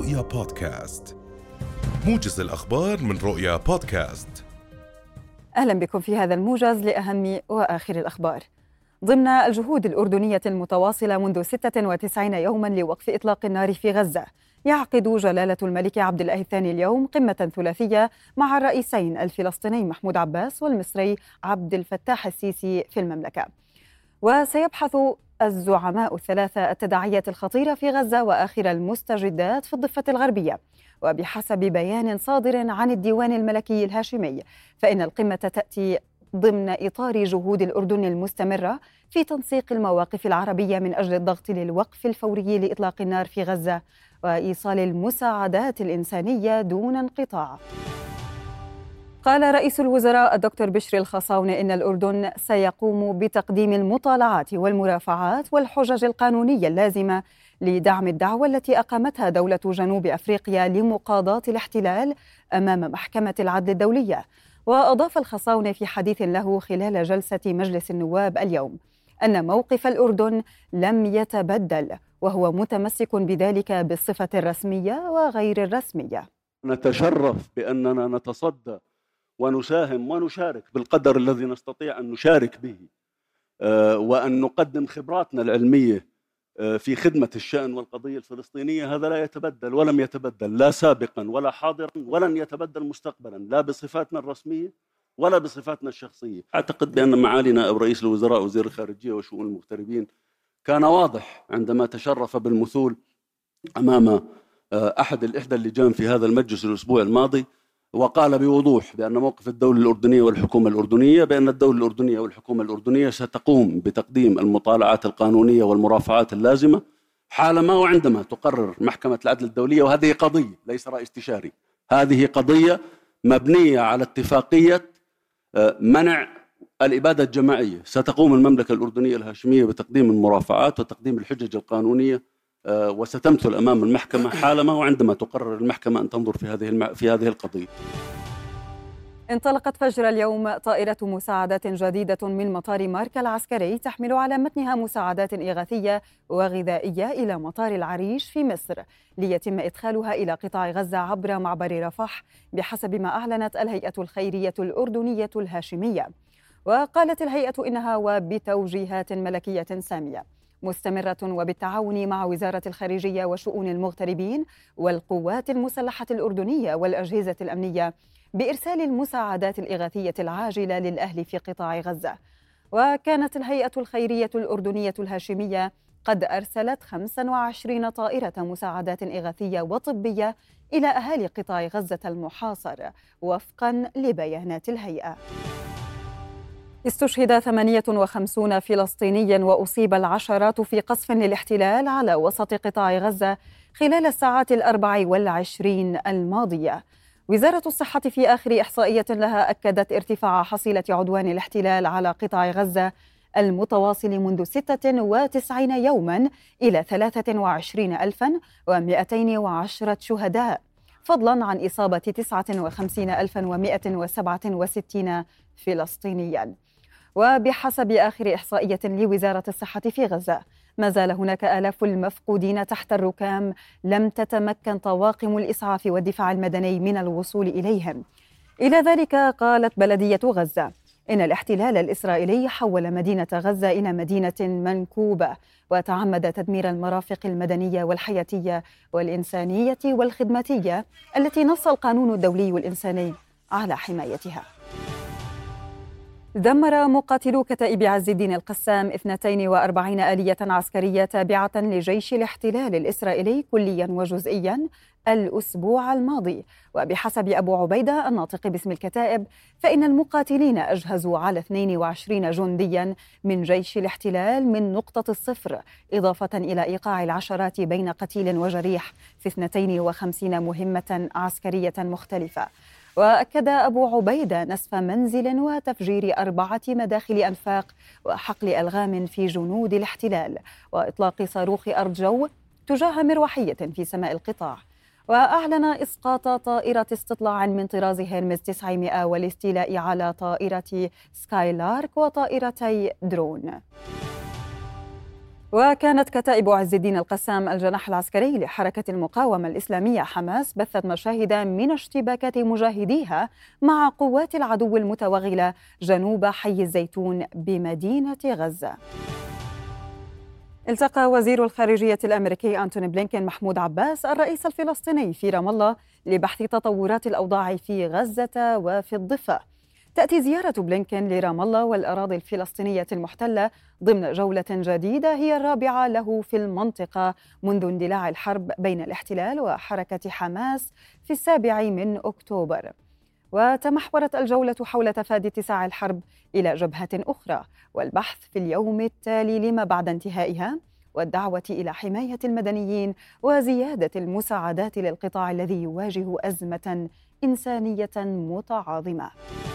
رؤيا بودكاست، موجز الأخبار من رؤيا بودكاست. أهلا بكم في هذا الموجز لأهم وآخر الأخبار. ضمن الجهود الأردنية المتواصلة منذ 96 يوما لوقف إطلاق النار في غزة، يعقد جلالة الملك عبد الله الثاني اليوم قمة ثلاثية مع الرئيسين الفلسطيني محمود عباس والمصري عبد الفتاح السيسي في المملكة. وسيبحث الزعماء الثلاثة التداعيات الخطيرة في غزة وآخر المستجدات في الضفة الغربية. وبحسب بيان صادر عن الديوان الملكي الهاشمي، فإن القمة تأتي ضمن إطار جهود الأردن المستمرة في تنسيق المواقف العربية من أجل الضغط للوقف الفوري لإطلاق النار في غزة وإيصال المساعدات الإنسانية دون انقطاع. قال رئيس الوزراء الدكتور بشري الخصاونة إن الأردن سيقوم بتقديم المطالعات والمرافعات والحجج القانونية اللازمة لدعم الدعوة التي أقامتها دولة جنوب أفريقيا لمقاضاة الاحتلال أمام محكمة العدل الدولية. وأضاف الخصاونة في حديث له خلال جلسة مجلس النواب اليوم أن موقف الأردن لم يتبدل، وهو متمسك بذلك بالصفة الرسمية وغير الرسمية. نتشرف بأننا نتصدى ونساهم ونشارك بالقدر الذي نستطيع أن نشارك به، وأن نقدم خبراتنا العلمية في خدمة الشأن والقضية الفلسطينية. هذا لا يتبدل ولم يتبدل، لا سابقا ولا حاضرا ولن يتبدل مستقبلا، لا بصفاتنا الرسمية ولا بصفاتنا الشخصية. أعتقد بأن معالي نائب رئيس الوزراء وزير الخارجية وشؤون المغتربين كان واضح عندما تشرف بالمثول أمام إحدى اللجان في هذا المجلس الأسبوع الماضي، وقال بوضوح بأن موقف الدولة الأردنية والحكومة الأردنية بأن الدولة الأردنية والحكومة الأردنية ستقوم بتقديم المطالعات القانونية والمرافعات اللازمة حالما وعندما تقرر محكمة العدل الدولية. وهذه قضية ليس رأي استشاري، هذه قضية مبنية على اتفاقية منع الإبادة الجماعية. ستقوم المملكة الأردنية الهاشمية بتقديم المرافعات وتقديم الحجج القانونية، وستمثل أمام المحكمة حالما وعندما تقرر المحكمة أن تنظر في هذه القضية. انطلقت فجر اليوم طائرة مساعدات جديدة من مطار ماركا العسكري تحمل على متنها مساعدات إغاثية وغذائية إلى مطار العريش في مصر، ليتم إدخالها إلى قطاع غزة عبر معبر رفح بحسب ما أعلنت الهيئة الخيرية الأردنية الهاشمية. وقالت الهيئة إنها وبتوجيهات ملكية سامية مستمرة وبالتعاون مع وزارة الخارجية وشؤون المغتربين والقوات المسلحة الأردنية والأجهزة الأمنية بإرسال المساعدات الإغاثية العاجلة للأهل في قطاع غزة. وكانت الهيئة الخيرية الأردنية الهاشمية قد أرسلت 25 طائرة مساعدات إغاثية وطبية إلى أهالي قطاع غزة المحاصر وفقاً لبيانات الهيئة. استشهد 58 فلسطينيا وأصيب العشرات في قصف للاحتلال على وسط قطاع غزة خلال الساعات 24 الماضية. وزارة الصحة في آخر إحصائية لها أكدت ارتفاع حصيلة عدوان الاحتلال على قطاع غزة المتواصل منذ 96 يوما إلى 23,210 شهداء، فضلا عن إصابة 59,167 فلسطينيا. وبحسب آخر إحصائية لوزارة الصحة في غزة، ما زال هناك آلاف المفقودين تحت الركام لم تتمكن طواقم الإسعاف والدفاع المدني من الوصول إليهم. إلى ذلك قالت بلدية غزة إن الاحتلال الإسرائيلي حول مدينة غزة إلى مدينة منكوبة، وتعمد تدمير المرافق المدنية والحياتية والإنسانية والخدماتية التي نص القانون الدولي الإنساني على حمايتها. دمر مقاتلو كتائب عز الدين القسام 42 آلية عسكرية تابعة لجيش الاحتلال الإسرائيلي كليا وجزئيا الأسبوع الماضي. وبحسب أبو عبيدة الناطق باسم الكتائب، فإن المقاتلين أجهزوا على 22 جنديا من جيش الاحتلال من نقطة الصفر، إضافة إلى إيقاع العشرات بين قتيل وجريح في 52 مهمة عسكرية مختلفة. وأكد أبو عبيدة نسف منزل وتفجير 4 مداخل أنفاق وحقل ألغام في جنود الاحتلال وإطلاق صاروخ أرض جو تجاه مروحية في سماء القطاع. وأعلن إسقاط طائرة استطلاع من طراز هيرمز 900 والاستيلاء على طائرة سكاي لارك وطائرتي درون. وكانت كتائب عز الدين القسام الجناح العسكري لحركة المقاومة الإسلامية حماس بثت مشاهد من اشتباكات مجاهديها مع قوات العدو المتوغلة جنوب حي الزيتون بمدينة غزة. التقى وزير الخارجية الأمريكي أنتوني بلينكين محمود عباس الرئيس الفلسطيني في رام الله لبحث تطورات الأوضاع في غزة وفي الضفة. تأتي زيارة بلينكين لرام الله والأراضي الفلسطينية المحتلة ضمن جولة جديدة هي الرابعة له في المنطقة منذ اندلاع الحرب بين الاحتلال وحركة حماس في 7 أكتوبر. وتمحورت الجولة حول تفادي اتساع الحرب إلى جبهة أخرى والبحث في اليوم التالي لما بعد انتهائها والدعوة إلى حماية المدنيين وزيادة المساعدات للقطاع الذي يواجه أزمة إنسانية متعاظمة.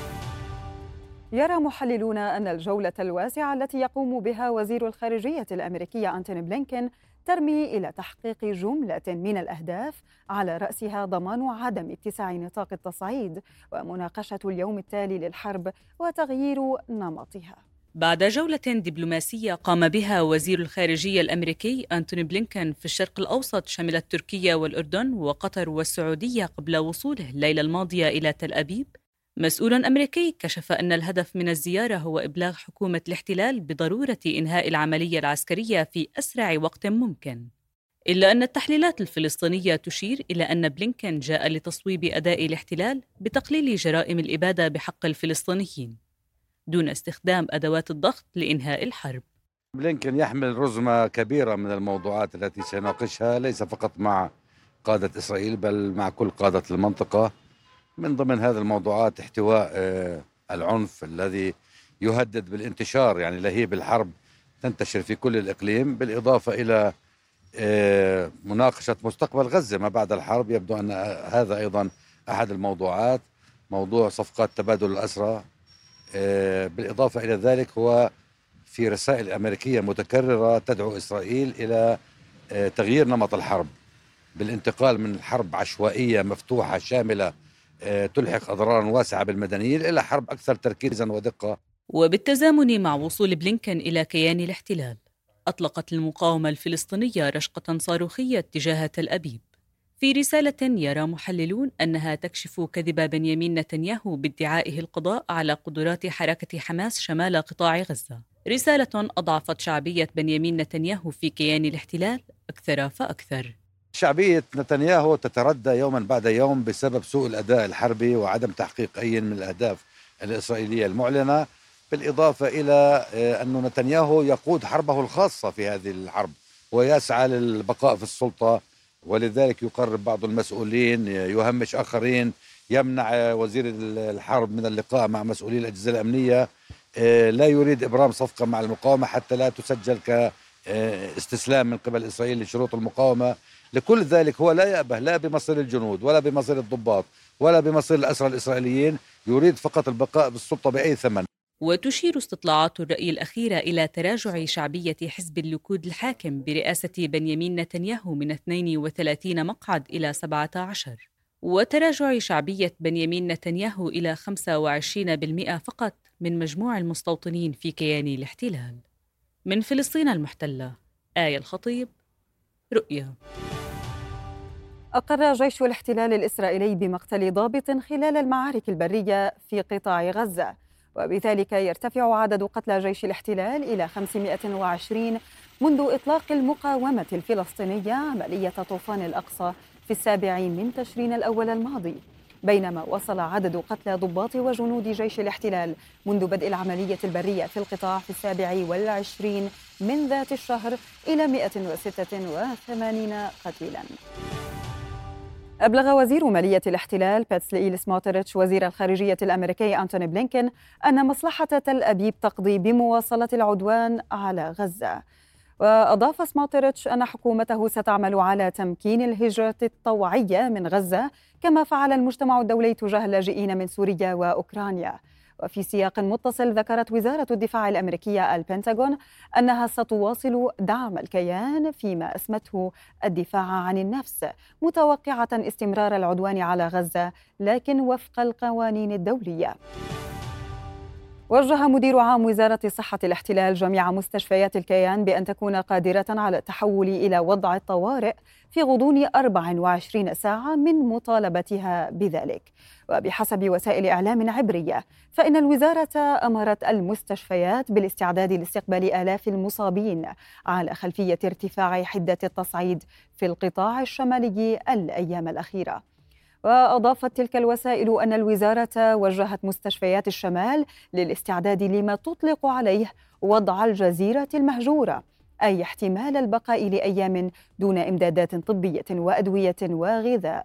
يرى محللون أن الجولة الواسعة التي يقوم بها وزير الخارجية الأمريكية أنتوني بلينكين ترمي إلى تحقيق جملة من الأهداف على رأسها ضمان عدم اتساع نطاق التصعيد ومناقشة اليوم التالي للحرب وتغيير نمطها. بعد جولة دبلوماسية قام بها وزير الخارجية الأمريكي أنتوني بلينكين في الشرق الأوسط شملت تركيا والأردن وقطر والسعودية قبل وصوله الليلة الماضية إلى تل أبيب، مسؤول أمريكي كشف أن الهدف من الزيارة هو إبلاغ حكومة الاحتلال بضرورة إنهاء العملية العسكرية في أسرع وقت ممكن. إلا أن التحليلات الفلسطينية تشير إلى أن بلينكين جاء لتصويب أداء الاحتلال بتقليل جرائم الإبادة بحق الفلسطينيين دون استخدام أدوات الضغط لإنهاء الحرب. بلينكين يحمل رزمة كبيرة من الموضوعات التي سيناقشها ليس فقط مع قادة إسرائيل بل مع كل قادة المنطقة. من ضمن هذه الموضوعات احتواء العنف الذي يهدد بالانتشار، يعني لهيب الحرب تنتشر في كل الإقليم، بالإضافة إلى مناقشة مستقبل غزة ما بعد الحرب. يبدو أن هذا أيضا أحد الموضوعات، موضوع صفقات تبادل الأسرى. بالإضافة إلى ذلك هو في رسائل أمريكية متكررة تدعو إسرائيل إلى تغيير نمط الحرب بالانتقال من حرب عشوائية مفتوحة شاملة تلحق أضرارا واسعة بالمدنيين إلى حرب أكثر تركيزا ودقة. وبالتزامن مع وصول بلينكين إلى كيان الاحتلال، أطلقت المقاومة الفلسطينية رشقة صاروخية تجاه تل أبيب. في رسالة يرى محللون أنها تكشف كذب بنيامين نتنياهو بادعائه القضاء على قدرات حركة حماس شمال قطاع غزة، رسالة أضعفت شعبية بنيامين نتنياهو في كيان الاحتلال أكثر فأكثر. شعبية نتنياهو تتردى يوما بعد يوم بسبب سوء الأداء الحربي وعدم تحقيق أي من الأهداف الإسرائيلية المعلنة، بالإضافة إلى أن نتنياهو يقود حربه الخاصة في هذه الحرب ويسعى للبقاء في السلطة، ولذلك يقرب بعض المسؤولين، يهمش آخرين، يمنع وزير الحرب من اللقاء مع مسؤولي الأجهزة الأمنية، لا يريد إبرام صفقة مع المقاومة حتى لا تسجل كاستسلام من قبل إسرائيل لشروط المقاومة. لكل ذلك هو لا يأبه لا بمصير الجنود ولا بمصير الضباط ولا بمصير الأسرى الإسرائيليين، يريد فقط البقاء بالسلطة بأي ثمن. وتشير استطلاعات الرأي الأخيرة إلى تراجع شعبية حزب الليكود الحاكم برئاسة بنيامين نتنياهو من 32 مقعد إلى 17، وتراجع شعبية بنيامين نتنياهو إلى 25% فقط من مجموع المستوطنين في كيان الاحتلال. من فلسطين المحتلة، آية الخطيب، رؤيا. أقر جيش الاحتلال الإسرائيلي بمقتل ضابط خلال المعارك البرية في قطاع غزة، وبذلك يرتفع عدد قتلى جيش الاحتلال إلى 520 منذ إطلاق المقاومة الفلسطينية عملية طوفان الأقصى في 7 تشرين الأول الماضي، بينما وصل عدد قتلى ضباط وجنود جيش الاحتلال منذ بدء العملية البرية في القطاع في 27 من ذات الشهر إلى 186 قتيلاً. أبلغ وزير مالية الاحتلال باتسلئيل سموتريتش وزير الخارجية الأمريكي أنتوني بلينكين أن مصلحة تل أبيب تقضي بمواصلة العدوان على غزة. وأضاف سموتريتش أن حكومته ستعمل على تمكين الهجرة الطوعية من غزة كما فعل المجتمع الدولي تجاه اللاجئين من سوريا وأوكرانيا. وفي سياق متصل ذكرت وزارة الدفاع الأمريكية البنتاغون أنها ستواصل دعم الكيان فيما أسمته الدفاع عن النفس، متوقعة استمرار العدوان على غزة لكن وفق القوانين الدولية. وجه مدير عام وزارة صحة الاحتلال جميع مستشفيات الكيان بأن تكون قادرة على التحول إلى وضع الطوارئ في غضون 24 ساعة من مطالبتها بذلك. وبحسب وسائل إعلام عبرية فإن الوزارة أمرت المستشفيات بالاستعداد لاستقبال آلاف المصابين على خلفية ارتفاع حدة التصعيد في القطاع الشمالي الأيام الأخيرة. وأضافت تلك الوسائل أن الوزارة وجهت مستشفيات الشمال للاستعداد لما تطلق عليه وضع الجزيرة المهجورة، أي احتمال البقاء لأيام دون إمدادات طبية وأدوية وغذاء.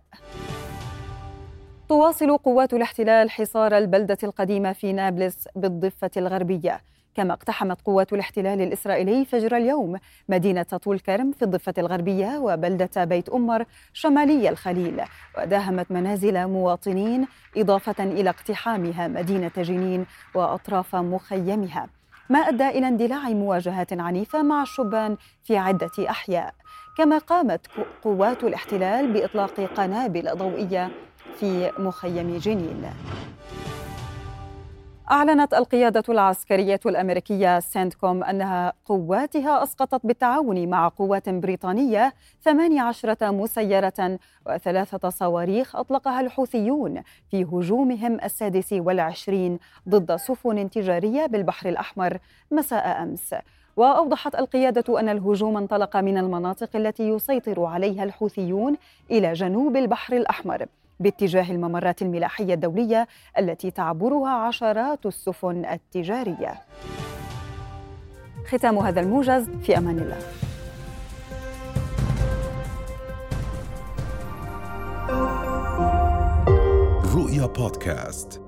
تواصل قوات الاحتلال حصار البلدة القديمة في نابلس بالضفة الغربية، كما اقتحمت قوات الاحتلال الإسرائيلي فجر اليوم مدينة طول كرم في الضفة الغربية وبلدة بيت أمر شمالي الخليل، وداهمت منازل مواطنين إضافة إلى اقتحامها مدينة جنين وأطراف مخيمها، ما أدى إلى اندلاع مواجهات عنيفة مع الشبان في عدة أحياء. كما قامت قوات الاحتلال بإطلاق قنابل ضوئية في مخيم جنين. أعلنت القيادة العسكرية الأمريكية سنتكوم أنها قواتها أسقطت بالتعاون مع قوات بريطانية 18 مسيرة و3 صواريخ أطلقها الحوثيون في هجومهم 26 ضد سفن تجارية بالبحر الأحمر مساء أمس. وأوضحت القيادة أن الهجوم انطلق من المناطق التي يسيطر عليها الحوثيون إلى جنوب البحر الأحمر باتجاه الممرات الملاحية الدولية التي تعبرها عشرات السفن التجارية. ختام هذا الموجز، في أمان الله. رؤيا بودكاست.